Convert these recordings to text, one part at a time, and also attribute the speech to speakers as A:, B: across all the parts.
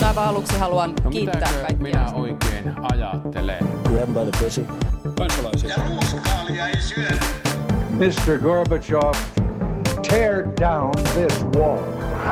A: aivan aluksi haluan kiittää kaikkia.
B: Minä oikein ajattelen?
C: Grab by the pussy.
B: Kansalaisia.
D: Ja ruuskaalia ei syödä.
E: Mr. Gorbachev, tear down this wall.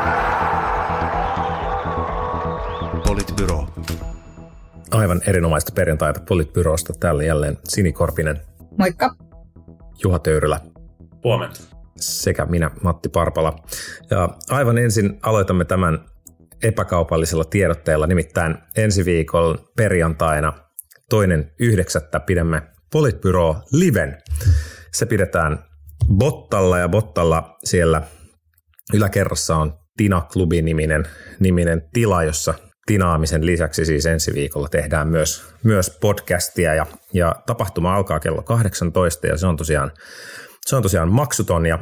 F: Politbyro. Aivan erinomaista perjantaita Politbyrosta. Täällä jälleen Sini Korpinen.
G: Moikka.
F: Juha Töyrylä.
H: Huomenta.
F: Sekä minä, Matti Parpala. Ja aivan ensin aloitamme tämän epäkaupallisella tiedotteella, nimittäin ensi viikon perjantaina 2.9. pidämme Politbyro Liven. Se pidetään Bottalla ja Bottalla siellä yläkerrassa on Tina-klubi-niminen tila, jossa tinaamisen lisäksi siis ensi viikolla tehdään myös podcastia ja tapahtuma alkaa kello 18 ja se on tosiaan maksuton ja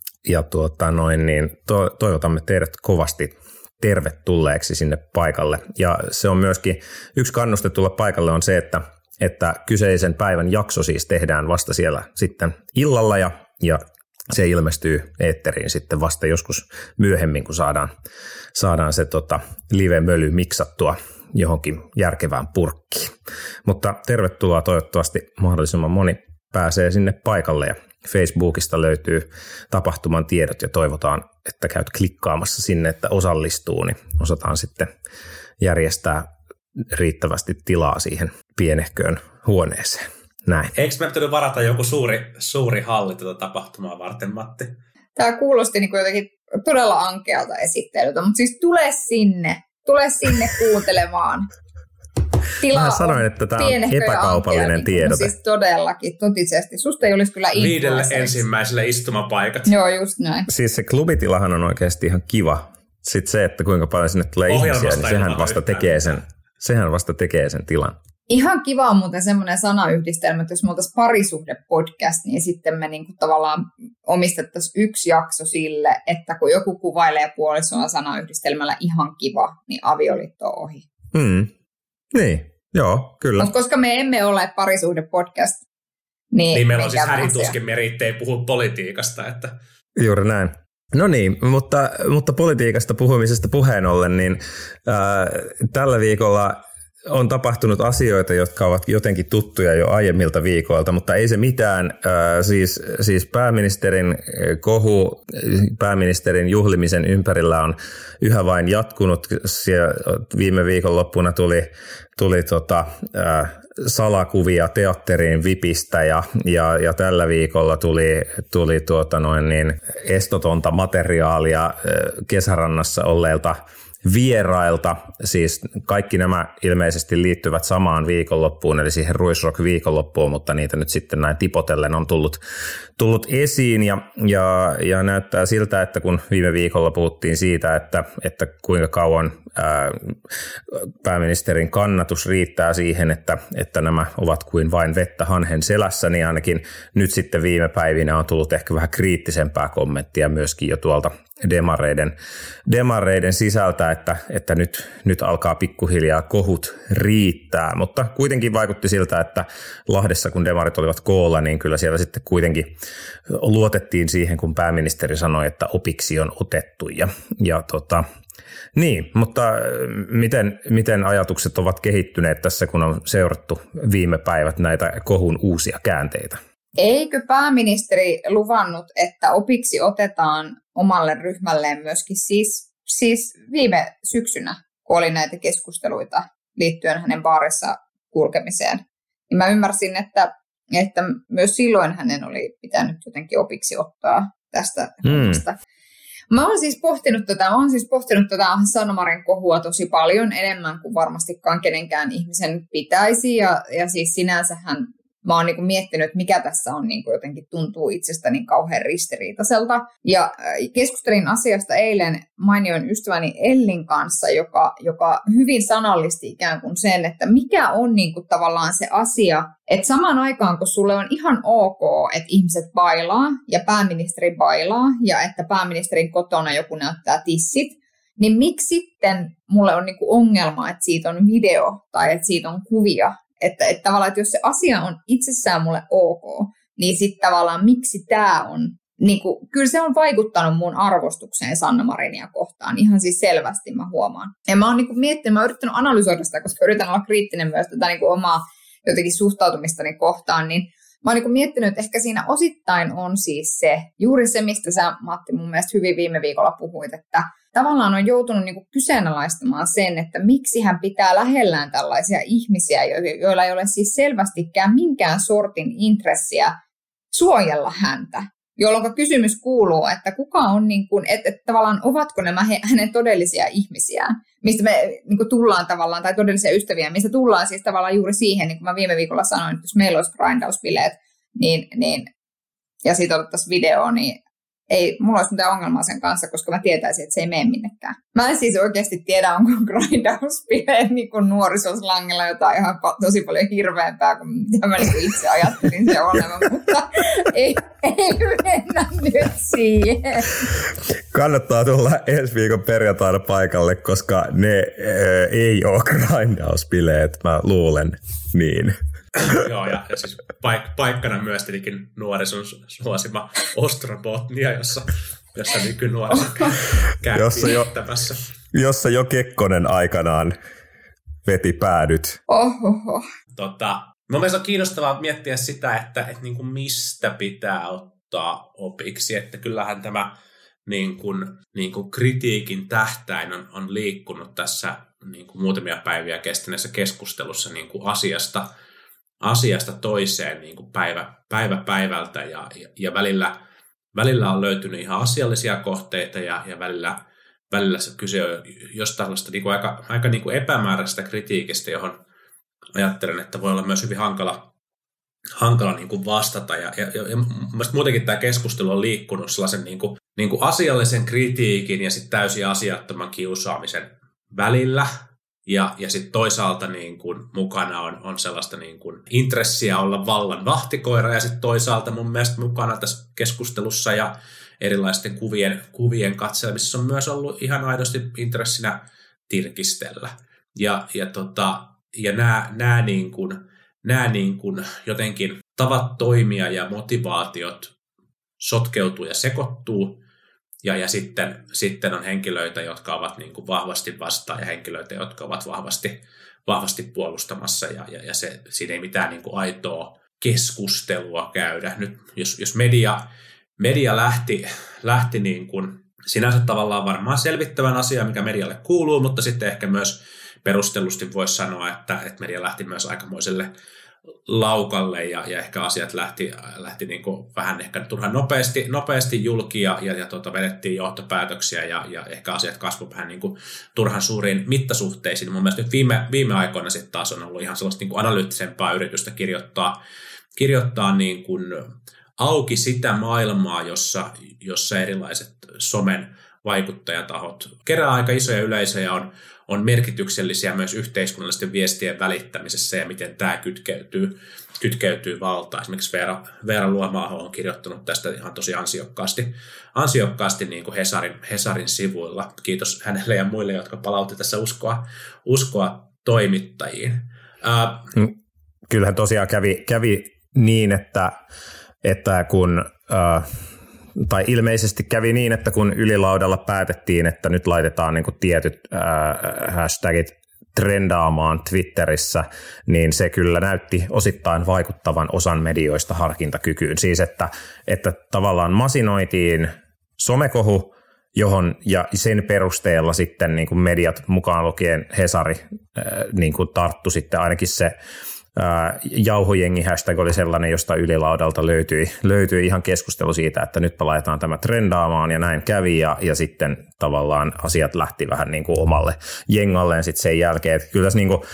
F: toivotamme teidät kovasti tervetulleeksi sinne paikalle. Ja se on myöskin yksi kannuste tulla paikalle on se, että kyseisen päivän jakso siis tehdään vasta siellä sitten illalla ja se ilmestyy eetteriin sitten vasta joskus myöhemmin, kun saadaan se live-möly miksattua johonkin järkevään purkkiin. Mutta tervetuloa, toivottavasti mahdollisimman moni pääsee sinne paikalle ja Facebookista löytyy tapahtuman tiedot ja toivotaan, että käyt klikkaamassa sinne, että osallistuu, niin osataan sitten järjestää riittävästi tilaa siihen pienehköön huoneeseen. Näin.
H: Eikö me pitänyt varata joku suuri halli tätä tapahtumaa varten, Matti?
G: Tämä kuulosti niin kuin jotenkin todella ankealta esittelyltä, mutta siis tule sinne kuuntelemaan.
F: Mä sanoin, että tämä on epäkaupallinen tiedote.
G: Siis todellakin, totisesti. Susta ei olisi kyllä
H: Viidelle ensimmäiselle istumapaikat.
G: Joo, just näin.
F: Siis se klubitilahan on oikeasti ihan kiva. Sitten se, että kuinka paljon sinne tulee ihmisiä, niin sehän vasta tekee sen tilan.
G: Ihan kiva on muuten semmoinen sanayhdistelmä, että jos me oltaisiin parisuhdepodcast, niin sitten me niinku tavallaan omistettaisiin yksi jakso sille, että kun joku kuvailee puolisoa sanayhdistelmällä ihan kiva, niin avioliitto on ohi.
F: Niin, joo, kyllä.
G: Mutta koska me emme ole parisuhdepodcast, niin
H: meillä on siis hädintuskin meritte ei puhu politiikasta. Että.
F: Juuri näin. No niin, mutta politiikasta puhumisesta puheen ollen, niin tällä viikolla on tapahtunut asioita, jotka ovat jotenkin tuttuja jo aiemmilta viikoilta, mutta ei se mitään. Siis pääministerin kohu, pääministerin juhlimisen ympärillä on yhä vain jatkunut. Siellä viime viikonloppuna tuli salakuvia teatteriin VIPistä ja tällä viikolla tuli estotonta materiaalia Kesärannassa olleilta vierailta, siis kaikki nämä ilmeisesti liittyvät samaan viikonloppuun, eli siihen Ruisrock-viikonloppuun, mutta niitä nyt sitten näin tipotellen on tullut esiin, ja näyttää siltä, että kun viime viikolla puhuttiin siitä, että kuinka kauan pääministerin kannatus riittää siihen, että nämä ovat kuin vain vettä hanhen selässä, niin ainakin nyt sitten viime päivinä on tullut ehkä vähän kriittisempää kommenttia myöskin jo tuolta demareiden sisältä, että nyt alkaa pikkuhiljaa kohut riittää, mutta kuitenkin vaikutti siltä, että Lahdessa kun demarit olivat koolla, niin kyllä siellä sitten kuitenkin luotettiin siihen, kun pääministeri sanoi, että opiksi on otettu niin, mutta miten ajatukset ovat kehittyneet tässä, kun on seurattu viime päivät näitä kohun uusia käänteitä?
G: Eikö pääministeri luvannut, että opiksi otetaan omalle ryhmälleen myöskin siis viime syksynä, kun oli näitä keskusteluita liittyen hänen baarissa kulkemiseen? Ja mä ymmärsin, että myös silloin hänen oli pitänyt jotenkin opiksi ottaa tästä hommasta. Mä oon siis pohtinut tätä Sanna-Marin kohua tosi paljon enemmän kuin varmastikaan kenenkään ihmisen pitäisi. Ja siis sinänsähän mä oon niinku miettinyt, että mikä tässä on niinku jotenkin tuntuu itsestä niin kauhean ristiriitaiselta. Ja keskustelin asiasta eilen mainion ystäväni Ellin kanssa, joka hyvin sanallisti ikään kuin sen, että mikä on niinku tavallaan se asia, että samaan aikaan kun sulle on ihan ok, että ihmiset bailaa ja pääministeri bailaa ja että pääministerin kotona joku näyttää tissit, niin miksi sitten mulle on niinku ongelma, että siitä on video tai että siitä on kuvia? Että tavallaan, että jos se asia on itsessään mulle ok, niin sitten tavallaan miksi tämä on niin kuin, kyllä se on vaikuttanut mun arvostukseen Sanna Marinia kohtaan. Ihan siis selvästi mä huomaan. Ja mä oon niin kuin miettinyt, mä oon yrittänyt analysoida sitä, koska yritän olla kriittinen myös tätä niin kuin omaa jotenkin suhtautumistani kohtaan, niin mä oon niin kuin miettinyt, että ehkä siinä osittain on siis se, juuri se, mistä sä, Matti, mun mielestä hyvin viime viikolla puhuit, että tavallaan on joutunut niin kuin kyseenalaistamaan sen, että miksi hän pitää lähellään tällaisia ihmisiä, joilla ei ole siis selvästikään minkään sortin intressiä suojella häntä. Jolloin kysymys kuuluu, että kuka on, niin kuin, että tavallaan ovatko nämä hänen todellisia ihmisiään, mistä me niin kuin tullaan tavallaan, tai todellisia ystäviä, mistä tullaan siis tavallaan juuri siihen, niin kuin mä viime viikolla sanoin, että jos meillä olisi grindausbileet, niin, ja siitä otettaisiin video, niin ei mulla olisi mitään ongelmaa sen kanssa, koska mä tietäisin, että se ei mene minnekään. Mä en siis oikeasti tiedä, onko grindausbileet niin kuin nuorisoslangilla jotain ihan tosi paljon hirveämpää kuin mitä mä niin itse ajattelin se olevan, mutta ei mennä nyt siihen.
F: Kannattaa tulla ensi viikon perjantaina paikalle, koska ne ei ole grindausbileet, mä luulen niin.
H: Joo, ja siis paikkana myös tietenkin nuorison suosima Ostrobotnia, jossa nykynuoriso käy viettämässä. Jossa
F: jo Kekkonen aikanaan veti päädyt.
G: Ohoho.
H: Mun mielestä on kiinnostavaa miettiä sitä, että niin kuin mistä pitää ottaa opiksi, että kyllähän tämä niin kuin kritiikin tähtäin on liikkunut tässä niin kuin muutamia päiviä kestäneessä keskustelussa niin kuin asiasta toiseen niin kuin päivä päivältä ja välillä on löytynyt ihan asiallisia kohteita ja välillä se kyse on jostain tällaista niin kuin aika niin kuin epämääräisestä kritiikistä, johon ajattelen, että voi olla myös hyvin hankala niin kuin vastata ja mielestäni muutenkin tämä keskustelu on liikkunut sellaisen niin kuin asiallisen kritiikin ja sitten täysin asiattoman kiusaamisen välillä. Ja sitten toisaalta niin kun mukana on sellaista niin kun intressiä olla vallan vahtikoira ja sitten toisaalta mun mielestä mukana tässä keskustelussa ja erilaisten kuvien katselemisessa on myös ollut ihan aidosti intressinä tirkistellä. Ja nämä niin kun jotenkin tavat toimia ja motivaatiot sotkeutuu ja sekoittuu. Ja sitten on henkilöitä, jotka ovat niin kuin vahvasti vastaan ja henkilöitä, jotka ovat vahvasti puolustamassa ja siinä ei mitään niin kuin aitoa keskustelua käydä. Nyt jos media lähti niin kuin sinänsä tavallaan varmaan selvittävän asiaa, mikä medialle kuuluu, mutta sitten ehkä myös perustellusti voisi sanoa, että media lähti myös aikamoiselle laukalle ja ehkä asiat lähti niin kuin vähän ehkä turhan nopeasti julki ja vedettiin johtopäätöksiä ja ehkä asiat kasvoivat vähän niin kuin turhan suuriin mittasuhteisiin. Mun mielestä nyt viime aikoina sitten taas on ollut ihan sellaista niin kuin analyyttisempaa yritystä kirjoittaa niin kuin auki sitä maailmaa, jossa erilaiset somen vaikuttajatahot kerää aika isoja yleisöjä, on merkityksellisiä myös yhteiskunnallisten viestien välittämisessä ja miten tämä kytkeytyy valtaan. Esimerkiksi Veera Luomaaho on kirjoittanut tästä ihan tosi ansiokkaasti niin kuin Hesarin sivuilla. Kiitos hänelle ja muille, jotka palautti tässä uskoa toimittajiin.
F: Kyllähän tosiaan kävi niin, että kun... tai ilmeisesti kävi niin, että kun ylilaudalla päätettiin, että nyt laitetaan niin kuin tietyt hashtagit trendaamaan Twitterissä, niin se kyllä näytti osittain vaikuttavan osan medioista harkintakykyyn. Siis että tavallaan masinoitiin somekohu, johon ja sen perusteella sitten niin kuin mediat mukaan lukien Hesari niin kuin tarttu sitten ainakin se jauhojengi hashtag oli sellainen, josta ylilaudalta löytyi ihan keskustelu siitä, että nyt laitetaan tämä trendaamaan ja näin kävi ja sitten tavallaan asiat lähti vähän niin kuin omalle jengalleen sitten sen jälkeen. Että kyllä tässä niin kuin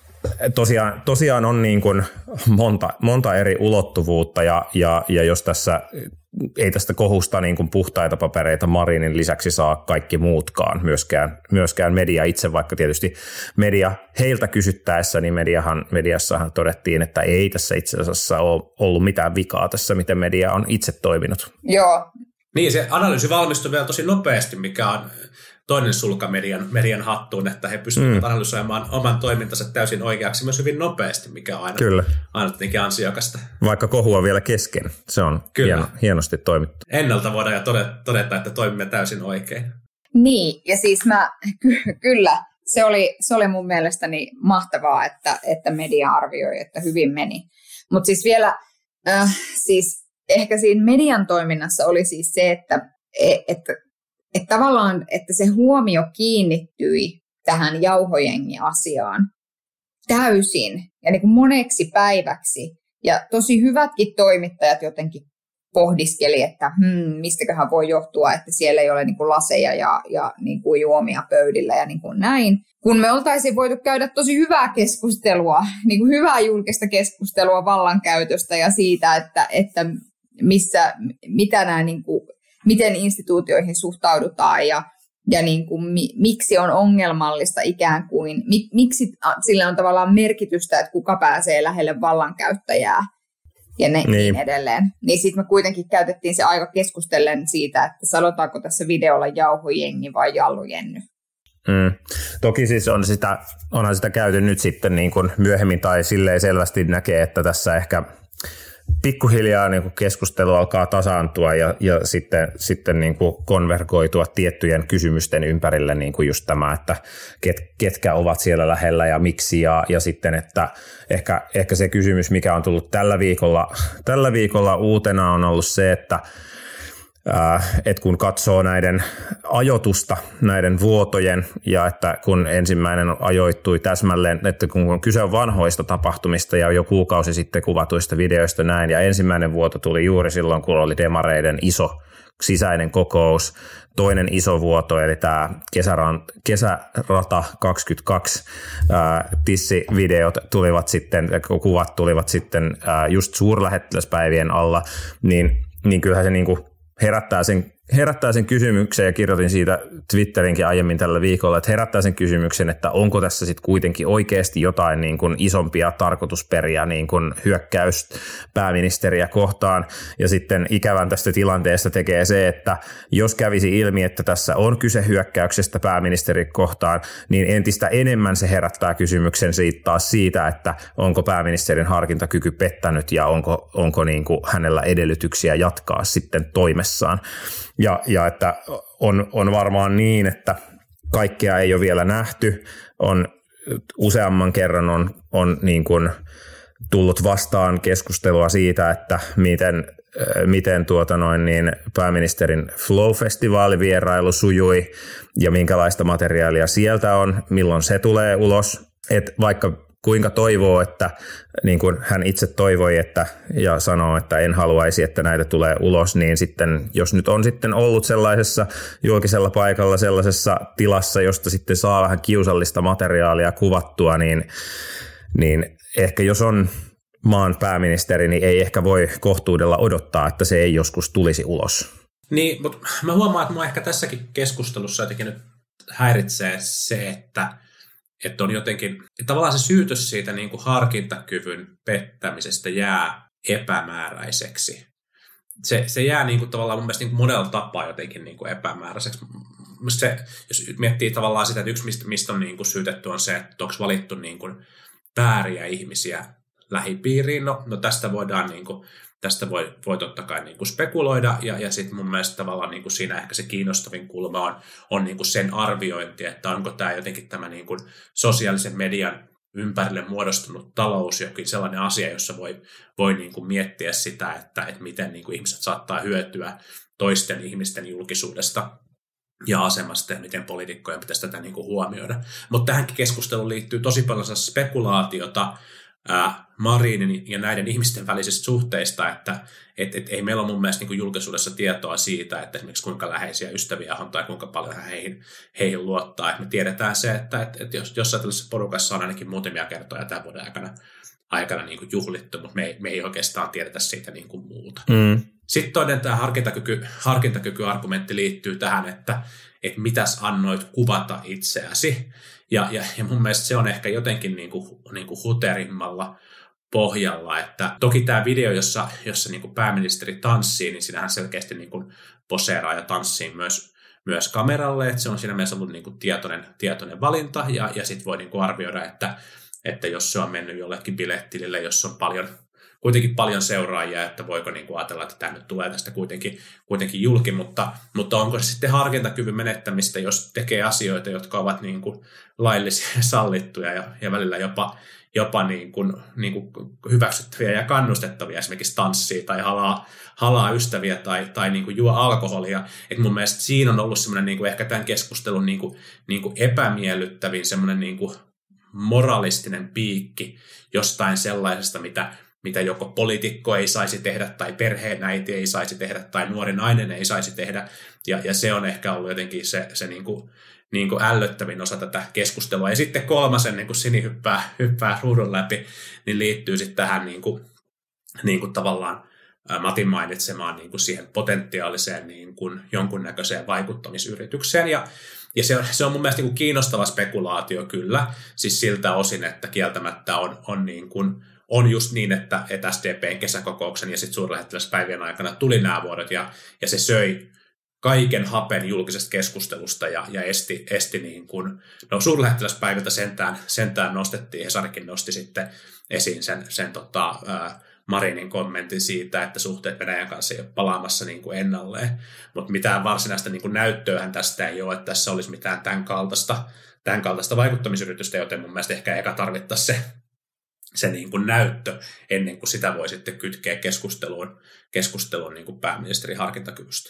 F: tosiaan on niin kuin monta eri ulottuvuutta ja jos tässä ei tästä kohusta niin kuin puhtaita papereita Marinin lisäksi saa kaikki muutkaan, myöskään media itse, vaikka tietysti media heiltä kysyttäessä, niin mediassahan todettiin, että ei tässä itse asiassa ole ollut mitään vikaa tässä, miten media on itse toiminut.
G: Joo.
H: Niin, se analyysi valmistui vielä tosi nopeasti, mikä on toinen sulka median hattuun, että he pystyvät analysoimaan oman toimintansa täysin oikeaksi myös hyvin nopeasti, mikä on aina tietenkin ansiokasta.
F: Vaikka kohu on vielä kesken, se on hienosti toimittu.
H: Ennalta voidaan todeta, että toimimme täysin oikein.
G: Niin, ja siis kyllä, se oli mun mielestäni mahtavaa, että media arvioi, että hyvin meni. Mutta siis vielä, siis ehkä siinä median toiminnassa oli siis se, että tavallaan, että se huomio kiinnittyi tähän jauhojengi-asiaan täysin ja niin kuin moneksi päiväksi. Ja tosi hyvätkin toimittajat jotenkin pohdiskeli, että mistäköhän voi johtua, että siellä ei ole niin kuin laseja ja niin kuin juomia pöydillä ja niin kuin näin. Kun me oltaisiin voitu käydä tosi hyvää keskustelua, niin kuin hyvää julkista keskustelua vallankäytöstä ja siitä, että mitä nämä, niin kuin, miten instituutioihin suhtaudutaan ja niin kuin, miksi on ongelmallista ikään kuin, miksi sillä on tavallaan merkitystä, että kuka pääsee lähelle vallankäyttäjää. Ja niin edelleen. Niin sitten me kuitenkin käytettiin se aika keskustellen siitä, että sanotaanko tässä videolla jauhojengi vai jallujenny.
F: Toki siis onhan sitä käyty nyt sitten niin kuin myöhemmin tai silleen selvästi näkee, että tässä ehkä pikkuhiljaa niin kuin keskustelu alkaa tasaantua ja sitten niin kuin konvergoitua tiettyjen kysymysten ympärille, niin kuin just tämä, että ketkä ovat siellä lähellä ja miksi ja sitten, että ehkä se kysymys, mikä on tullut tällä viikolla uutena on ollut se, että kun katsoo näiden ajoitusta, näiden vuotojen ja että kun ensimmäinen ajoittui täsmälleen, että kun kyse on vanhoista tapahtumista ja jo kuukausi sitten kuvatuista videoista näin ja ensimmäinen vuoto tuli juuri silloin, kun oli demareiden iso sisäinen kokous, toinen iso vuoto eli tämä Kesärata 22 tissivideot tulivat sitten, kuvat tulivat sitten just suurlähettiläspäivien alla, niin kyllähän se niinku herättää sen kysymyksen, ja kirjoitin siitä Twitterinkin aiemmin tällä viikolla, että herättää sen kysymyksen, että onko tässä sitten kuitenkin oikeasti jotain niin kuin isompia tarkoitusperiä, niin kuin hyökkäys pääministeriä kohtaan, ja sitten ikävän tästä tilanteesta tekee se, että jos kävisi ilmi, että tässä on kyse hyökkäyksestä pääministeri kohtaan, niin entistä enemmän se herättää kysymyksen siitä, että onko pääministerin harkintakyky pettänyt, ja onko niin kuin hänellä edellytyksiä jatkaa sitten toimessaan. Ja että on varmaan niin, että kaikkea ei ole vielä nähty. On useamman kerran on niin kuin tullut vastaan keskustelua siitä, että miten pääministerin Flow-festivaalivierailu sujui ja minkälaista materiaalia sieltä on, milloin se tulee ulos. Et vaikka kuinka toivoo, että niin kuin hän itse toivoi ja sanoo, että en haluaisi, että näitä tulee ulos, niin sitten jos nyt on sitten ollut sellaisessa julkisella paikalla, sellaisessa tilassa, josta sitten saa vähän kiusallista materiaalia kuvattua, niin ehkä jos on maan pääministeri, niin ei ehkä voi kohtuudella odottaa, että se ei joskus tulisi ulos.
H: Niin, mutta mä huomaan, että mua ehkä tässäkin keskustelussa jotenkin nyt häiritsee se, että on jotenkin, että tavallaan se syytös siitä niin kuin harkintakyvyn pettämisestä jää epämääräiseksi. Se jää niin kuin tavallaan mun mielestä niin kuin monella tapaa jotenkin niin kuin epämääräiseksi. Se, jos miettii tavallaan sitä, että yksi mistä on niin kuin syytetty on se, että onko valittu niin kuin vääriä ihmisiä lähipiiriin. No tästä voidaan niin kuin, tästä voi totta kai niin kuin spekuloida, ja sitten mun mielestä tavallaan niin kuin siinä ehkä se kiinnostavin kulma on niin kuin sen arviointi, että onko tämä jotenkin tämä niin kuin sosiaalisen median ympärille muodostunut talous jokin sellainen asia, jossa voi niin kuin miettiä sitä, että miten niin kuin ihmiset saattaa hyötyä toisten ihmisten julkisuudesta ja asemasta ja miten poliitikkojen pitäisi tätä niin kuin huomioida. Mutta tähänkin keskusteluun liittyy tosi paljon spekulaatiota Marinin ja näiden ihmisten välisistä suhteista, että ei meillä ole mun mielestä niin kuin julkisuudessa tietoa siitä, että esimerkiksi kuinka läheisiä ystäviä on tai kuinka paljon heihin luottaa. Et me tiedetään se, että jossain tällaisessa porukassa on ainakin muutamia kertoja tämän vuoden aikana niin kuin juhlittu, mutta me ei oikeastaan tiedetä siitä niin kuin muuta. Sitten toinen tämä harkintakykyargumentti liittyy tähän, että mitäs annoit kuvata itseäsi. Ja mun mielestä se on ehkä jotenkin niin kuin huterimmalla pohjalla, että toki tämä video, jossa niin kuin pääministeri tanssii, niin siinähän selkeästi niin kuin poseeraa ja tanssii myös kameralle, että se on siinä mielessä ollut niin kuin tietoinen valinta, ja sitten voi niin kuin arvioida, että jos se on mennyt jollekin bilettilille, jos on kuitenkin paljon seuraajia, että voiko niin kuin ajatella, että tämä nyt tulee tästä kuitenkin julki, mutta onko se sitten harkintakyvyn menettämistä, jos tekee asioita, jotka ovat niin kuin laillisia ja sallittuja ja välillä jopa niin kuin hyväksyttäviä ja kannustettavia, esimerkiksi tanssii tai halaa ystäviä tai niin kuin juo alkoholia. Et mun mielestä siinä on ollut semmoinen niin kuin ehkä tämän keskustelun niin kuin epämiellyttävin semmoinen niin kuin moralistinen piikki jostain sellaisesta, mitä joko poliitikko ei saisi tehdä, tai perheenäiti ei saisi tehdä, tai nuori nainen ei saisi tehdä. Ja se on ehkä ollut jotenkin se niin kuin ällöttävin osa tätä keskustelua. Ja sitten kolmasen, niin kuin Sini hyppää ruudun läpi, niin liittyy sitten tähän niin kuin tavallaan Matin mainitsemaan niin kuin siihen potentiaaliseen niin kuin jonkunnäköiseen vaikuttamisyritykseen. Ja se on mun mielestä niin kuin kiinnostava spekulaatio kyllä, siis siltä osin, että kieltämättä on just niin, että SDPn kesäkokouksen ja sitten suurlähettiläspäivien aikana tuli nämä vuodot ja se söi kaiken hapen julkisesta keskustelusta ja esti niin kuin, suurlähettiläspäiviltä sentään nostettiin, Hesarikin nosti sitten esiin sen Marinin kommentin siitä, että suhteet Venäjän kanssa ei ole palaamassa niin kuin ennalleen, mutta mitään varsinaista niin kuin näyttöähän tästä ei ole, että tässä olisi mitään tämän kaltaista vaikuttamisyritystä, joten mun mielestä ehkä eka tarvittaisiin se niin kuin näyttö ennen kuin sitä voi sitten kytkeä keskusteluun niin kuin pääministerin harkintakyvystä.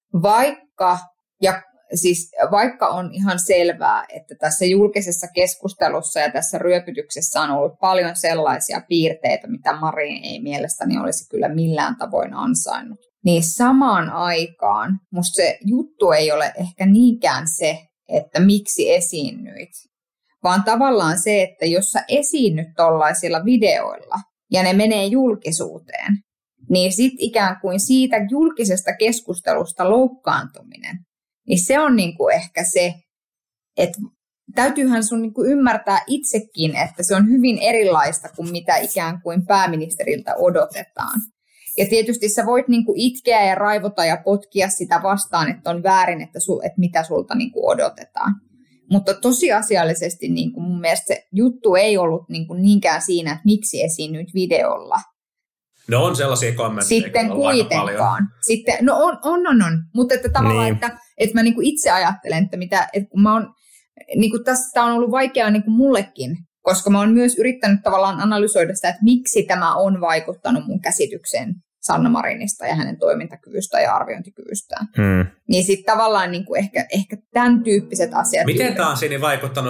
G: Vaikka on ihan selvää, että tässä julkisessa keskustelussa ja tässä ryöpytyksessä on ollut paljon sellaisia piirteitä, mitä Marin ei mielestäni olisi kyllä millään tavoin ansainnut, niin samaan aikaan musta se juttu ei ole ehkä niinkään se, että miksi esiinnyit, vaan tavallaan se, että jos sä esiinnyt tollaisilla videoilla ja ne menee julkisuuteen, niin sitten ikään kuin siitä julkisesta keskustelusta loukkaantuminen, niin se on niinku ehkä se, että täytyyhän sun niinku ymmärtää itsekin, että se on hyvin erilaista kuin mitä ikään kuin pääministeriltä odotetaan. Ja tietysti sä voit niinku itkeä ja raivota ja potkia sitä vastaan, että on väärin, että mitä sulta niinku odotetaan. Mutta tosiasiallisesti niinku mun mielestä se juttu ei ollut niinku niinkään siinä, että miksi esiinnyt videolla.
H: No on sellaisia kommentteja.
G: Sitten kuitenkaan. Sitten, no on. Mutta että tavallaan, niin. että mä niinku itse ajattelen, että kun mä oon, niinku tästä on ollut vaikeaa niinku mullekin, koska mä oon myös yrittänyt tavallaan analysoida sitä, että miksi tämä on vaikuttanut mun käsitykseen Sanna Marinista ja hänen toimintakyvystä ja arviointikyvystään. Niin sitten tavallaan niinku ehkä tämän tyyppiset asiat.
H: Miten tämä on siinä vaikuttanut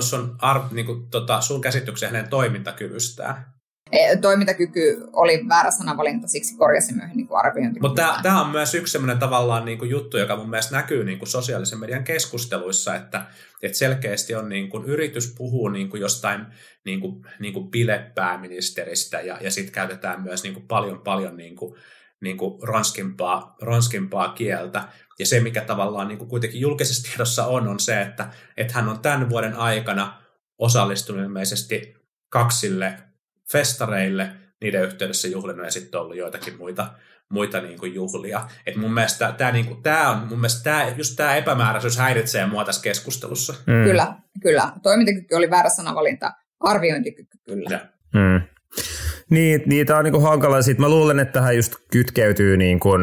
H: sun käsitykseen hänen toimintakyvystään?
G: Toimintakyky oli väärä sanavalinta, siksi korjasin myöhemmin niin arviointikyvystä.
H: Mutta tämä on myös yksi sellainen tavallaan niin kuin juttu, joka mun mielestä näkyy niin kuin sosiaalisen median keskusteluissa, että selkeästi on niin kuin yritys puhua niin kuin jostain niin kuin bilepääministeristä ja sitten käytetään myös niin kuin paljon niin kuin ronskimpaa kieltä. Ja se, mikä tavallaan niin kuin kuitenkin julkisessa tiedossa on se, että hän on tämän vuoden aikana osallistunut ilmeisesti 2 festareille, niiden yhteydessä juhlinut ja sitten on ollut joitakin muita niin kuin juhlia. Et mun mielestä tämä epämääräisyys häiritsee mua tässä keskustelussa.
G: Kyllä. Toimintakyky oli väärä sanavalinta, arviointikyky kyllä.
F: Niin, tämä on niin kuin hankala. Sitten mä luulen, että tähän just kytkeytyy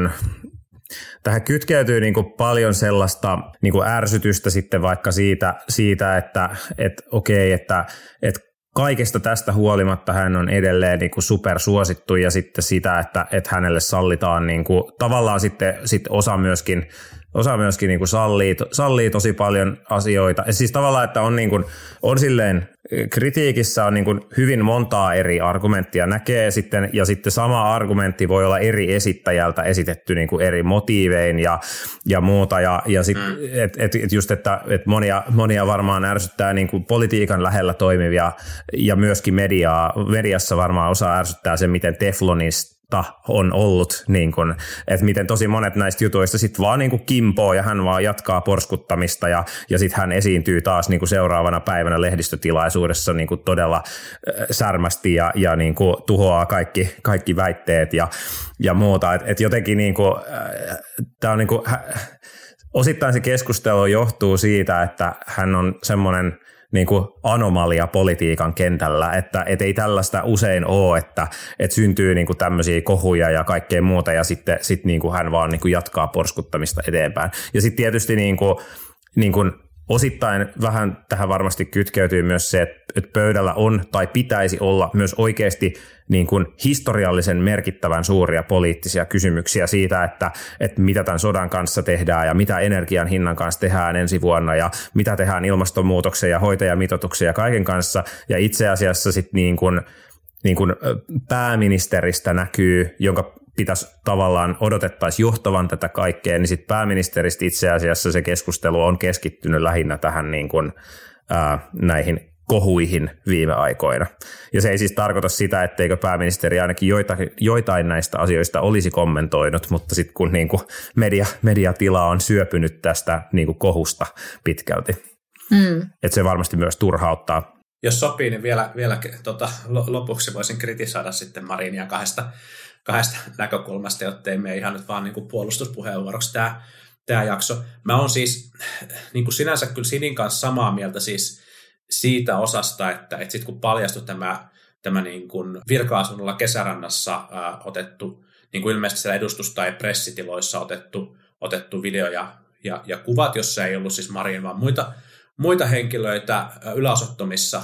F: niin kuin paljon sellaista niin kuin ärsytystä sitten vaikka siitä että okei, että kaikesta tästä huolimatta hän on edelleen niin kuin supersuosittu ja sitten sitä, että hänelle sallitaan niin kuin, tavallaan sitten osa myöskin niin kuin sallii tosi paljon asioita. Ja siis tavallaan, että on silleen kritiikissä on niin kuin hyvin montaa eri argumenttia näkee sitten, ja sitten sama argumentti voi olla eri esittäjältä esitetty niin kuin eri motiivein ja muuta. Ja sitten just, että monia varmaan ärsyttää niin kuin politiikan lähellä toimivia ja myöskin mediassa varmaan osa ärsyttää se, miten teflonista on ollut, niin kun, että miten tosi monet näistä jutuista sitten vaan niin kuin kimpoo ja hän vaan jatkaa porskuttamista ja sitten hän esiintyy taas niin kuin seuraavana päivänä lehdistötilaisuudessa niin kuin todella särmästi ja niin kuin tuhoaa kaikki väitteet ja muuta. Et jotenkin niin kuin, tämä on niin kuin osittain se keskustelu johtuu siitä, että hän on semmoinen niin kuin anomalia politiikan kentällä, että ei tällaista usein ole, että syntyy niin kuin tämmöisiä kohuja ja kaikkea muuta ja sitten niin kuin hän vaan niin kuin jatkaa porskuttamista eteenpäin. Ja sitten tietysti niin kuin osittain vähän tähän varmasti kytkeytyy myös se, että pöydällä on tai pitäisi olla myös oikeasti niin kuin historiallisen merkittävän suuria poliittisia kysymyksiä siitä, että mitä tämän sodan kanssa tehdään ja mitä energian hinnan kanssa tehdään ensi vuonna ja mitä tehdään ilmastonmuutoksen ja hoitajamitoituksen ja kaiken kanssa. Ja itse asiassa sitten niin kuin pääministeristä näkyy, jonka pitäisi tavallaan odotettaisiin johtavan tätä kaikkea, niin sitten pääministeristä itse asiassa se keskustelu on keskittynyt lähinnä tähän niin kuin, näihin kohuihin viime aikoina. Ja se ei siis tarkoita sitä, etteikö pääministeri ainakin joitain näistä asioista olisi kommentoinut, mutta sitten kun niin kuin mediatila on syöpynyt tästä niin kuin kohusta pitkälti, että se varmasti myös turhauttaa.
H: Jos sopii, niin vielä lopuksi voisin kritisoida sitten Marinia kahdesta näkökulmasta, jottei me ihan nyt vaan niin kuin puolustuspuheenvuoroksi tämä jakso. Mä oon siis niin kuin sinänsä kyllä Sinin kanssa samaa mieltä siis siitä osasta, että sitten kun paljastui tämä niin kuin virka-asunnolla Kesärannassa otettu, niin kuin ilmeisesti siellä edustus- tai pressitiloissa otettu video ja kuvat, jossa ei ollut siis Marin, vaan muita henkilöitä yläosattomissa,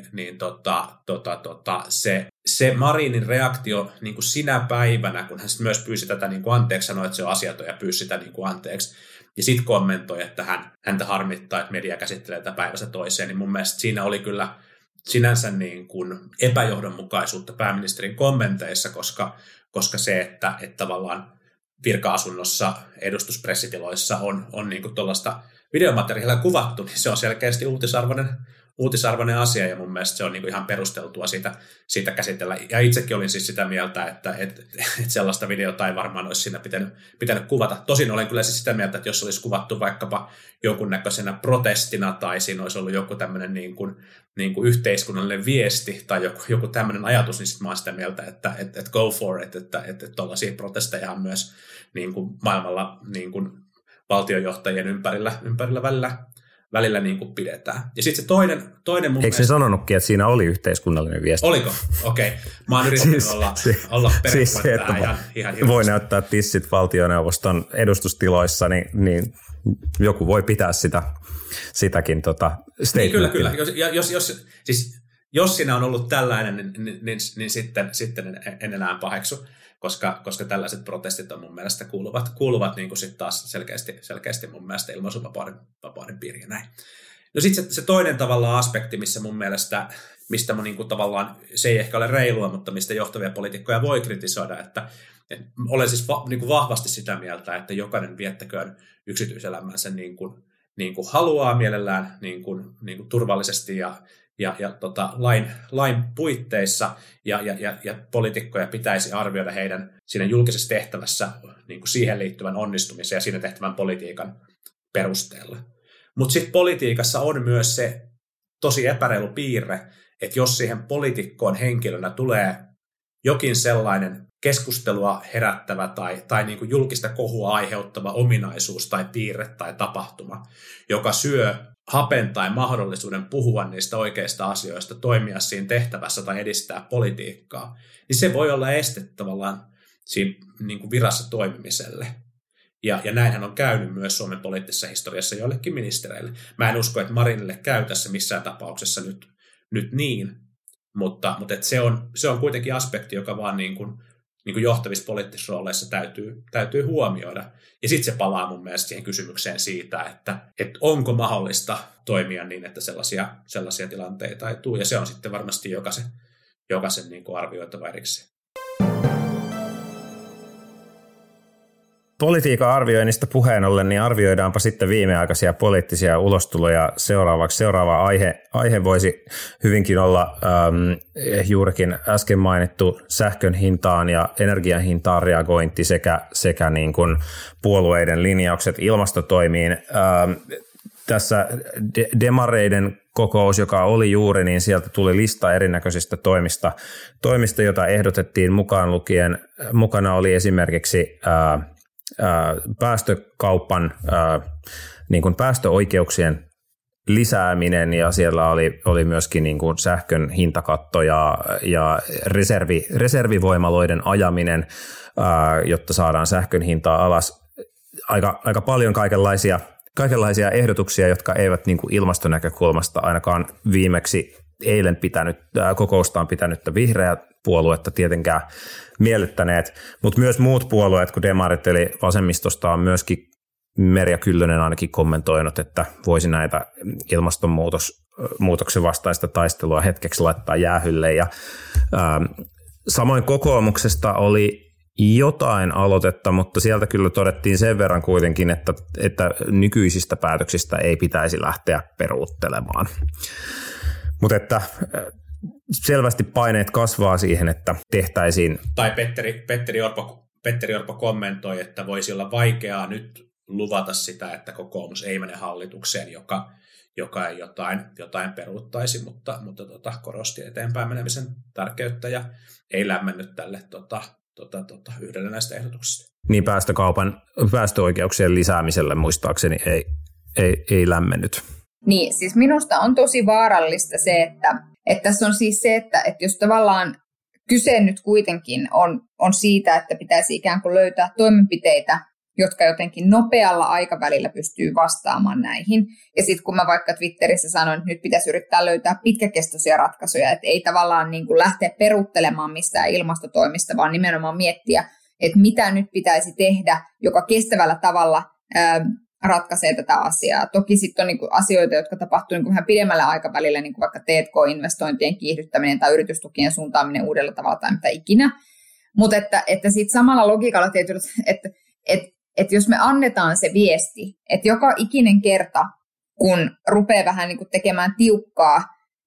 H: se Marinin reaktio niin kuin sinä päivänä, kun hän myös pyysi tätä niin kuin anteeksi, sanoi, että se on asiaton ja pyysi sitä niin kuin anteeksi, ja sitten kommentoi, että häntä harmittaa, että media käsittelee tätä päivästä toiseen, niin mun mielestä siinä oli kyllä sinänsä niin kuin epäjohdonmukaisuutta pääministerin kommenteissa, koska se, että tavallaan virka-asunnossa edustuspressitiloissa on niin kuin tuollaista videomateriaalia kuvattu, niin se on selkeästi uutisarvoinen asia, ja mun mielestä se on niin kuin ihan perusteltua siitä käsitellä. Ja itsekin olin siis sitä mieltä, että sellaista videota ei varmaan olisi siinä pitänyt kuvata. Tosin olen kyllä siis sitä mieltä, että jos olisi kuvattu vaikkapa jonkunnäköisenä protestina, tai siinä olisi ollut joku tämmöinen niin kuin yhteiskunnallinen viesti, tai joku tämmöinen ajatus, niin sitten mä olen sitä mieltä, että go for it, että tuollaisia protesteja on myös niin kuin maailmalla niin kuin valtionjohtajien ympärillä välillä niin kuin pidetään. Ja sitten se toinen mun
F: Eikö
H: mielestä...
F: se sanonutkin, että siinä oli yhteiskunnallinen viesti?
H: Oliko? Okei. Mä oon yrittänyt olla perehtymättä ihan
F: voi näyttää tissit valtioneuvoston edustustiloissa, niin joku voi pitää sitäkin statementtia.
H: Niin, kyllä. Jos siinä on ollut tällainen, niin sitten en enää paheksu, koska tällaiset protestit on mun mielestä kuuluvat niin kuin sitten taas selkeästi mun mielestä ilmaisuvapauden piiriin ja näin. No sitten se toinen tavallaan aspekti, missä mun mielestä, mistä mä niin kuin tavallaan, se ei ehkä ole reilua, mutta mistä johtavia poliitikkoja voi kritisoida, että olen siis niin kuin vahvasti sitä mieltä, että jokainen viettäköön yksityiselämänsä niin kuin haluaa mielellään niin kuin turvallisesti ja lain puitteissa, ja poliitikkoja pitäisi arvioida heidän siinä julkisessa tehtävässä niin kuin siihen liittyvän onnistumisen ja siinä tehtävän politiikan perusteella. Mutta sitten politiikassa on myös se tosi epäreilu piirre, että jos siihen poliitikkoon henkilönä tulee jokin sellainen keskustelua herättävä tai niin kuin julkista kohua aiheuttava ominaisuus tai piirre tai tapahtuma, joka syö hapen tai mahdollisuuden puhua niistä oikeista asioista, toimia siinä tehtävässä tai edistää politiikkaa, niin se voi olla este tavallaan siinä niin kuin virassa toimimiselle. Ja näinhän on käynyt myös Suomen poliittisessa historiassa joillekin ministereille. Mä en usko, että Marinille käy tässä missään tapauksessa nyt niin, mutta et se on kuitenkin aspekti, joka vaan niin kuin johtavissa poliittisissa rooleissa täytyy huomioida. Ja sitten se palaa mun mielestä siihen kysymykseen siitä, että onko mahdollista toimia niin, että sellaisia tilanteita ei tule. Ja se on sitten varmasti jokaisen niin kuin arvioitava erikseen.
F: Politiikan arvioinnista puheen ollen, niin arvioidaanpa sitten viimeaikaisia poliittisia ulostuloja seuraavaksi. Seuraava aihe voisi hyvinkin olla juurikin äsken mainittu sähkön hintaan ja energian hintaan reagointi sekä niin kuin puolueiden linjaukset ilmastotoimiin. Tässä demareiden kokous, joka oli juuri, niin sieltä tuli lista erinäköisistä toimista, joita ehdotettiin mukaan lukien. Mukana oli esimerkiksi päästökaupan niin kuin päästöoikeuksien lisääminen, ja siellä oli myöskin niin kuin sähkön hintakatto ja reservivoimaloiden ajaminen, jotta saadaan sähkön hintaa alas. Aika paljon kaikenlaisia ehdotuksia, jotka eivät niin kuin ilmastonäkökulmasta ainakaan viimeksi eilen kokoustaan pitänyttä vihreää puoluetta tietenkään miellyttäneet, mutta myös muut puolueet kuin demarit eli vasemmistosta on myöskin Merja Kyllönen ainakin kommentoinut, että voisi näitä ilmastonmuutoksen vastaista taistelua hetkeksi laittaa jäähylle. Ja, samoin kokoomuksesta oli jotain aloitetta, mutta sieltä kyllä todettiin sen verran kuitenkin, että nykyisistä päätöksistä ei pitäisi lähteä peruuttelemaan. Mutta että selvästi paineet kasvaa siihen, että tehtäisiin. Tai
H: Petteri Orpo kommentoi, että voisi olla vaikeaa nyt luvata sitä, että kokoomus ei mene hallitukseen, joka ei jotain peruuttaisi, mutta korosti eteenpäin menemisen tärkeyttä ja ei lämmennyt tälle yhdelle näistä ehdotuksista.
F: Niin päästöoikeuksien lisäämiselle muistaakseni ei lämmennyt.
G: Niin, siis minusta on tosi vaarallista se, että tässä on siis se, että jos tavallaan kyse nyt kuitenkin on siitä, että pitäisi ikään kuin löytää toimenpiteitä, jotka jotenkin nopealla aikavälillä pystyy vastaamaan näihin. Ja sitten kun mä vaikka Twitterissä sanoin, että nyt pitäisi yrittää löytää pitkäkestoisia ratkaisuja, että ei tavallaan niin kuin lähteä peruuttelemaan mistään ilmastotoimista, vaan nimenomaan miettiä, että mitä nyt pitäisi tehdä, joka kestävällä tavalla ratkaisee tätä asiaa. Toki sitten on niin kuin asioita, jotka tapahtuu niin kuin ihan pidemmällä aikavälillä, niin kuin vaikka T&K-investointien kiihdyttäminen tai yritystukien suuntaaminen uudella tavalla tai mitä ikinä. Mutta että sitten samalla logiikalla tietysti, että jos me annetaan se viesti, että joka ikinen kerta, kun rupeaa vähän niin kuin tekemään tiukkaa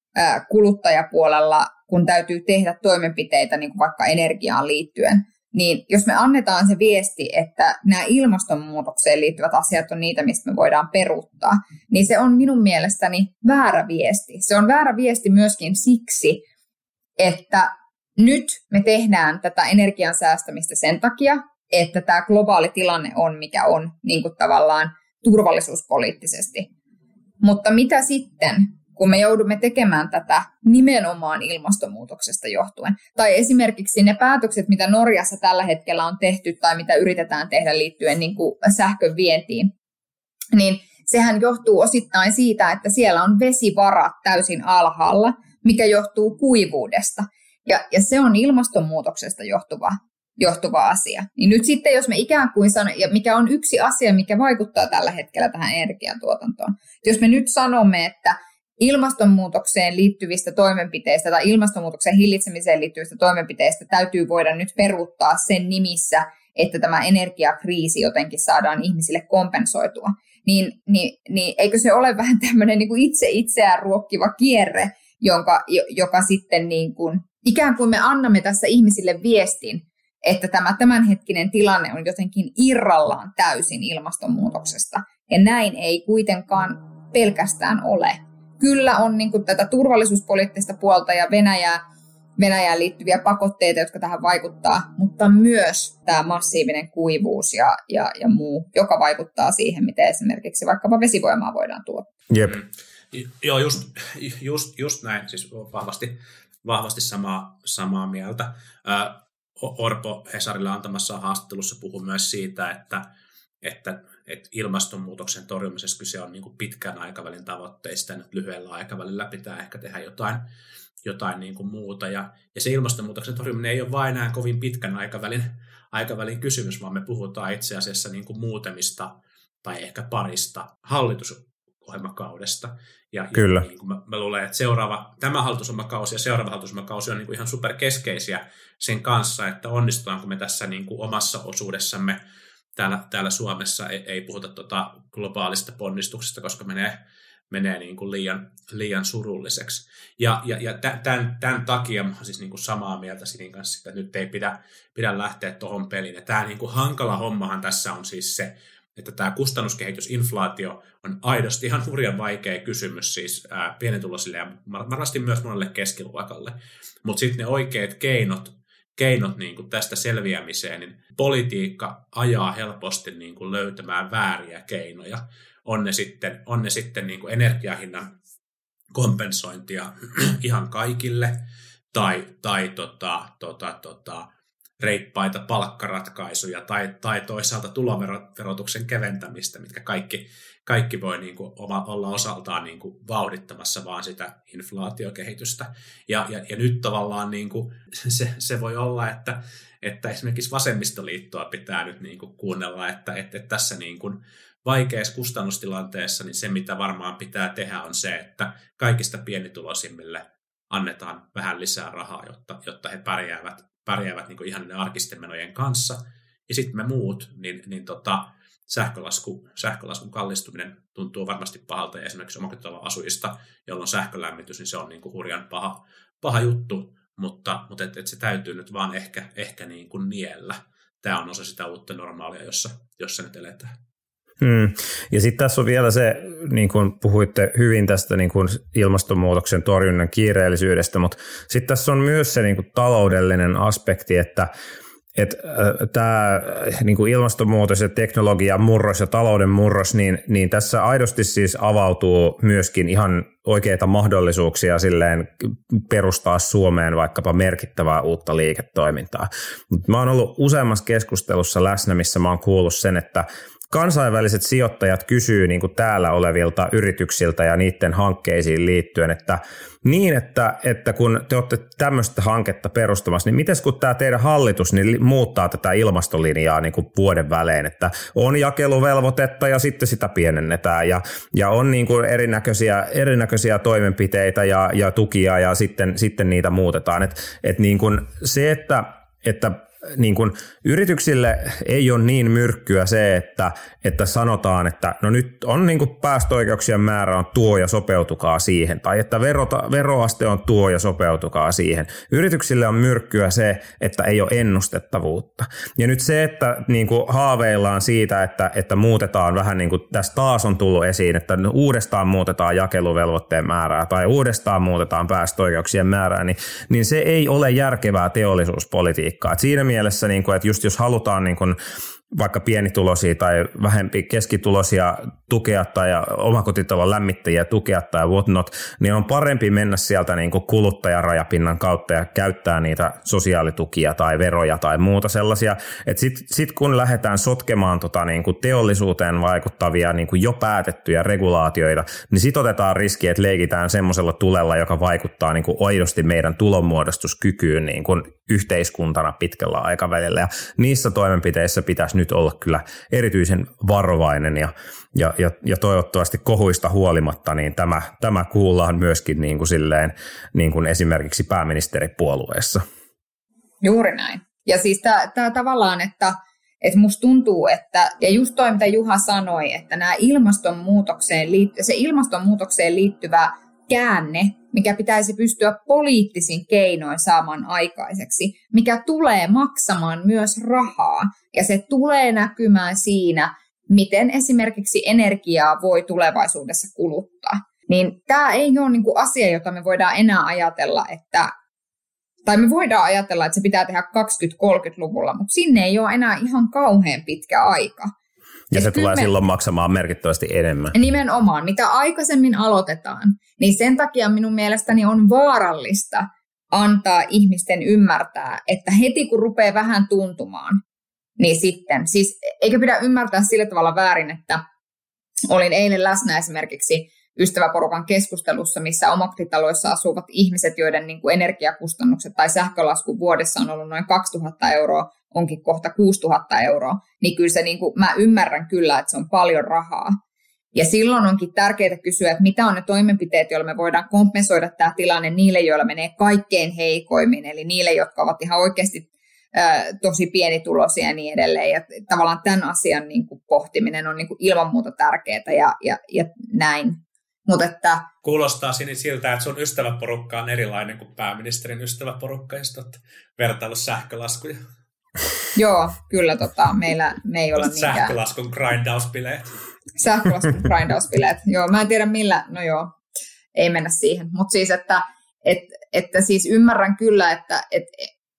G: kuluttajapuolella, kun täytyy tehdä toimenpiteitä niin kuin vaikka energiaan liittyen, niin jos me annetaan se viesti, että nämä ilmastonmuutokseen liittyvät asiat on niitä, mistä me voidaan peruuttaa, niin se on minun mielestäni väärä viesti. Se on väärä viesti myöskin siksi, että nyt me tehdään tätä energian säästämistä sen takia, että tämä globaali tilanne on, mikä on niin kuin tavallaan turvallisuuspoliittisesti. Mutta mitä sitten, kun me joudumme tekemään tätä nimenomaan ilmastonmuutoksesta johtuen? Tai esimerkiksi ne päätökset, mitä Norjassa tällä hetkellä on tehty tai mitä yritetään tehdä liittyen niin kuin sähkön vientiin, niin sehän johtuu osittain siitä, että siellä on vesivarat täysin alhaalla, mikä johtuu kuivuudesta. Ja se on ilmastonmuutoksesta johtuva asia. Niin nyt sitten, jos me ikään kuin ja mikä on yksi asia, mikä vaikuttaa tällä hetkellä tähän energiantuotantoon. Jos me nyt sanomme, että ilmastonmuutokseen liittyvistä toimenpiteistä tai ilmastonmuutoksen hillitsemiseen liittyvistä toimenpiteistä täytyy voida nyt peruuttaa sen nimissä, että tämä energiakriisi jotenkin saadaan ihmisille kompensoitua, niin eikö se ole vähän tämmöinen niin kuin itseään ruokkiva kierre, joka sitten niin kuin, ikään kuin me annamme tässä ihmisille viestin, että tämä tämänhetkinen tilanne on jotenkin irrallaan täysin ilmastonmuutoksesta. Ja näin ei kuitenkaan pelkästään ole. Kyllä on niin kuin tätä turvallisuuspoliittista puolta ja Venäjään liittyviä pakotteita, jotka tähän vaikuttaa, mutta myös tämä massiivinen kuivuus ja muu, joka vaikuttaa siihen, miten esimerkiksi vaikkapa vesivoimaa voidaan tuottaa.
F: Jep.
H: Joo, just näin, siis vahvasti samaa mieltä. Orpo Hesarilla antamassa haastattelussa puhui myös siitä, että ilmastonmuutoksen torjumisessa kyse on niin kuin pitkän aikavälin tavoitteista, ja nyt lyhyellä aikavälillä pitää ehkä tehdä jotain niin kuin muuta. Ja se ilmastonmuutoksen torjuminen ei ole vain enää kovin pitkän aikavälin kysymys, vaan me puhutaan itse asiassa niin kuin muutamista tai ehkä parista hallitusohjelmakaudesta.
F: Kyllä.
H: Ja niin kuin mä luulen, että tämä hallitusohjelmakausi ja seuraava hallitusohjelmakausi on niin kuin ihan superkeskeisiä sen kanssa, että onnistutaanko me tässä niin kuin omassa osuudessamme täällä Suomessa, ei puhuta globaalista ponnistuksesta, koska menee niin kuin liian surulliseksi. Ja tämän takia mä siis niin kuin samaa mieltä Sinin kanssa, että nyt ei pidä lähteä tuohon peliin. Ja tämä niin kuin hankala hommahan tässä on siis se, että tämä kustannuskehitys, inflaatio on aidosti ihan hurjan vaikea kysymys siis pienituloisille ja varmasti myös monelle keskiluokalle. Mutta sitten ne oikeat keinot keinot niin kuin tästä selviämiseen, niin politiikka ajaa helposti niin kuin löytämään vääriä keinoja. On ne sitten niin kuin energiahinnan kompensointia ihan kaikille tai reippaita palkkaratkaisuja tai toisaalta tuloverotuksen keventämistä, mitkä kaikki voi niin kuin olla osaltaan niin kuin vauhdittamassa vaan sitä inflaatiokehitystä. Ja nyt tavallaan niin kuin se voi olla, että esimerkiksi vasemmistoliittoa pitää nyt niin kuin kuunnella, että tässä niin kuin vaikeassa kustannustilanteessa niin se, mitä varmaan pitää tehdä, on se, että kaikista pienituloisimmille annetaan vähän lisää rahaa, jotta he pärjäävät niin kuin ihan ne arkisten menojen kanssa. Ja sitten me muut, niin sähkölaskun kallistuminen tuntuu varmasti pahalta, ja esimerkiksi omakotitalon asujista, jolloin sähkölämmitys, niin se on niin kuin hurjan paha juttu, mutta se täytyy nyt vaan ehkä niin kuin niellä. Tämä on osa sitä uutta normaalia, jossa nyt eletään.
F: Ja sitten tässä on vielä se, niin kuin puhuitte hyvin tästä niin kuin ilmastonmuutoksen torjunnan kiireellisyydestä, mutta sitten tässä on myös se niin kuin taloudellinen aspekti, että tämä niin kuin ilmastonmuutos ja teknologian murros ja talouden murros, niin tässä aidosti siis avautuu myöskin ihan oikeita mahdollisuuksia silleen perustaa Suomeen vaikkapa merkittävää uutta liiketoimintaa. Mä oon ollut useammassa keskustelussa läsnä, missä mä oon kuullut sen, että kansainväliset sijoittajat kysyy niin kuin täällä olevilta yrityksiltä ja niiden hankkeisiin liittyen, että kun te olette tämmöistä hanketta perustamassa, niin miten kun tämä teidän hallitus niin muuttaa tätä ilmastolinjaa niin kuin vuoden välein, että on jakeluvelvoitetta ja sitten sitä pienennetään ja on niin kuin erinäköisiä toimenpiteitä ja tukia ja sitten niitä muutetaan. Että niin kuin se, että niin kuin yrityksille ei ole niin myrkkyä se, että sanotaan, että no nyt on niin kuin päästöoikeuksien määrä on tuo ja sopeutukaa siihen, tai että veroaste on tuo ja sopeutukaa siihen. Yrityksille on myrkkyä se, että ei ole ennustettavuutta. Ja nyt se, että niin kuin haaveillaan siitä, että muutetaan vähän niin kuin tässä taas on tullut esiin, että uudestaan muutetaan jakeluvelvoitteen määrää tai uudestaan muutetaan päästöoikeuksien määrää, niin se ei ole järkevää teollisuuspolitiikkaa. Et siinä mielessä, niin kuin, että just jos halutaan niin kuin vaikka pienituloisia tai vähempi keskituloisia tukea tai omakotitalon lämmittäjiä tukea tai whatnot, niin on parempi mennä sieltä niin kuin kuluttajarajapinnan kautta ja käyttää niitä sosiaalitukia tai veroja tai muuta sellaisia. Että sit kun lähdetään sotkemaan niin kuin teollisuuteen vaikuttavia niin kuin jo päätettyjä regulaatioita, niin sit otetaan riski, että leikitään semmoisella tulella, joka vaikuttaa niin kuin aidosti meidän tulonmuodostuskykyyn niin kuin yhteiskuntana pitkällä aikavälillä. Ja niissä toimenpiteissä pitäisi nyt olla kyllä erityisen varovainen ja toivottavasti kohuista huolimatta, niin tämä kuullaan myöskin niin kuin silleen, niin kuin esimerkiksi pääministeripuolueessa. Juuri näin. Ja siis tämä tavallaan, että musta tuntuu, että, ja just toi mitä Juha sanoi, että nämä ilmastonmuutokseen liittyvä käänne, mikä pitäisi pystyä poliittisin keinoin saamaan aikaiseksi, mikä tulee maksamaan myös rahaa, ja se tulee näkymään siinä, miten esimerkiksi energiaa voi tulevaisuudessa kuluttaa. Niin tämä ei ole niinku asia, jota me voidaan enää ajatella, tai me voidaan ajatella, että se pitää tehdä 20-30-luvulla, mutta sinne ei ole enää ihan kauhean pitkä aika. Ja se tulee silloin maksamaan merkittävästi enemmän.
G: Nimenomaan, mitä aikaisemmin aloitetaan, niin sen takia minun mielestäni on vaarallista antaa ihmisten ymmärtää, että heti kun rupeaa vähän tuntumaan, niin sitten, siis eikä pidä ymmärtää sillä tavalla väärin, että olin eilen läsnä esimerkiksi ystäväporukan keskustelussa, missä omakotitaloissa asuvat ihmiset, joiden niin kuin energiakustannukset tai sähkölasku vuodessa on ollut noin 2 000 euroa, onkin kohta 6 000 euroa, niin kyllä se, niin kuin, mä ymmärrän kyllä, että se on paljon rahaa. Ja silloin onkin tärkeää kysyä, että mitä on ne toimenpiteet, joilla me voidaan kompensoida tämä tilanne niille, joilla menee kaikkein heikoimmin, eli niille, jotka ovat ihan oikeasti tosi pienituloisia ja niin edelleen. Ja tavallaan tämän asian niin kuin pohtiminen on niin kuin ilman muuta tärkeää ja näin.
H: Kuulostaa siltä, että sun ystäväporukka on erilainen kuin pääministerin ystäväporukka, jos olet vertaillut sähkölaskuja.
G: Joo, kyllä me ei olla niinkään.
H: Sähkölaskun grindauspileet.
G: Sähkölaskun grindauspileet. Joo, mä en tiedä millä, no joo, ei mennä siihen. Mutta siis, että siis ymmärrän kyllä, että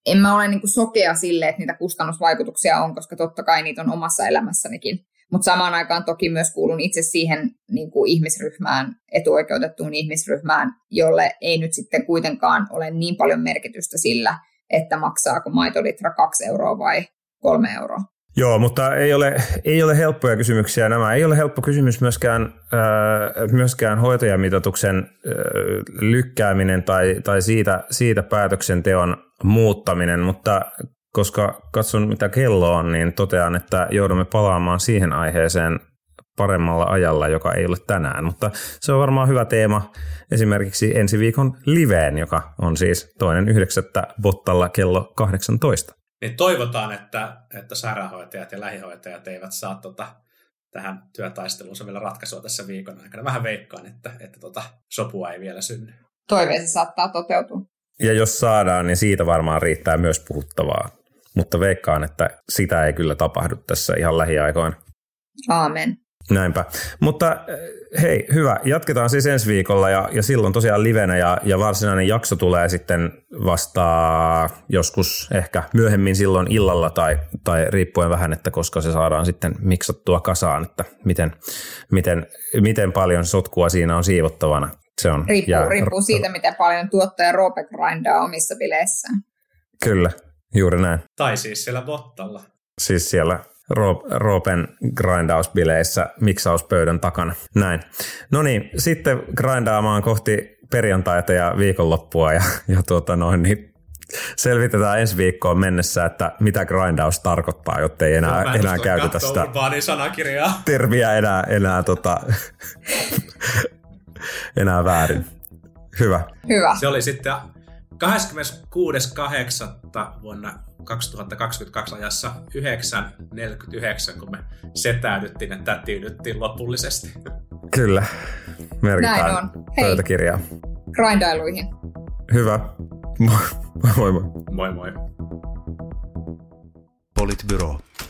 G: en mä ole niin kuin sokea sille, että niitä kustannusvaikutuksia on, koska totta kai niitä on omassa elämässänikin. Mutta samaan aikaan toki myös kuulun itse siihen niin kuin ihmisryhmään, etuoikeutettuun ihmisryhmään, jolle ei nyt sitten kuitenkaan ole niin paljon merkitystä sillä, että maksaako maitolitra 2 euroa vai 3 euroa.
F: Joo, mutta ei ole helppoja kysymyksiä nämä. Ei ole helppo kysymys myöskään hoitajamitoituksen lykkääminen tai siitä päätöksenteon muuttaminen, mutta koska katson mitä kello on, niin totean, että joudumme palaamaan siihen aiheeseen paremmalla ajalla, joka ei ole tänään. Mutta se on varmaan hyvä teema esimerkiksi ensi viikon liveen, joka on siis 2.9. Bottalla kello 18.
H: Niin toivotaan, että sairaanhoitajat ja lähihoitajat eivät saa tähän työtaisteluun vielä ratkaisua tässä viikon aikana. Vähän veikkaan, että sopua ei vielä synny.
G: Toiveesi saattaa toteutua.
F: Ja jos saadaan, niin siitä varmaan riittää myös puhuttavaa. Mutta veikkaan, että sitä ei kyllä tapahdu tässä ihan lähiaikoina.
G: Aamen.
F: Näinpä. Mutta hei, hyvä. Jatketaan siis ensi viikolla ja silloin tosiaan livenä ja varsinainen jakso tulee sitten vasta joskus ehkä myöhemmin silloin illalla tai riippuen vähän, että koska se saadaan sitten miksattua kasaan, että miten paljon sotkua siinä on siivottavana. Se on
G: riippuu siitä, miten paljon tuottaja Roope grindaa omissa bileissään.
F: Kyllä, juuri näin.
H: Tai siis siellä Bottalla.
F: Siis siellä Roopen grindausbileissä miksauspöydän takana. Näin. No niin, sitten grindaamaan kohti perjantaita ja viikonloppua ja niin selvitetään ensi viikkoon mennessä, että mitä grindaus tarkoittaa, jottei enää käytetä sitä termiä enää väärin. Hyvä.
H: Se oli sitten 26.8. vuonna 2022 ajassa 9.49, kun me setäydyttiin ja tätiydyttiin lopullisesti.
F: Kyllä, merkitään
G: näin on. Hei,
F: pöytäkirjaa.
G: Grindailuihin.
F: Hyvä. Moi moi.
H: Moi moi.
C: Politbyro.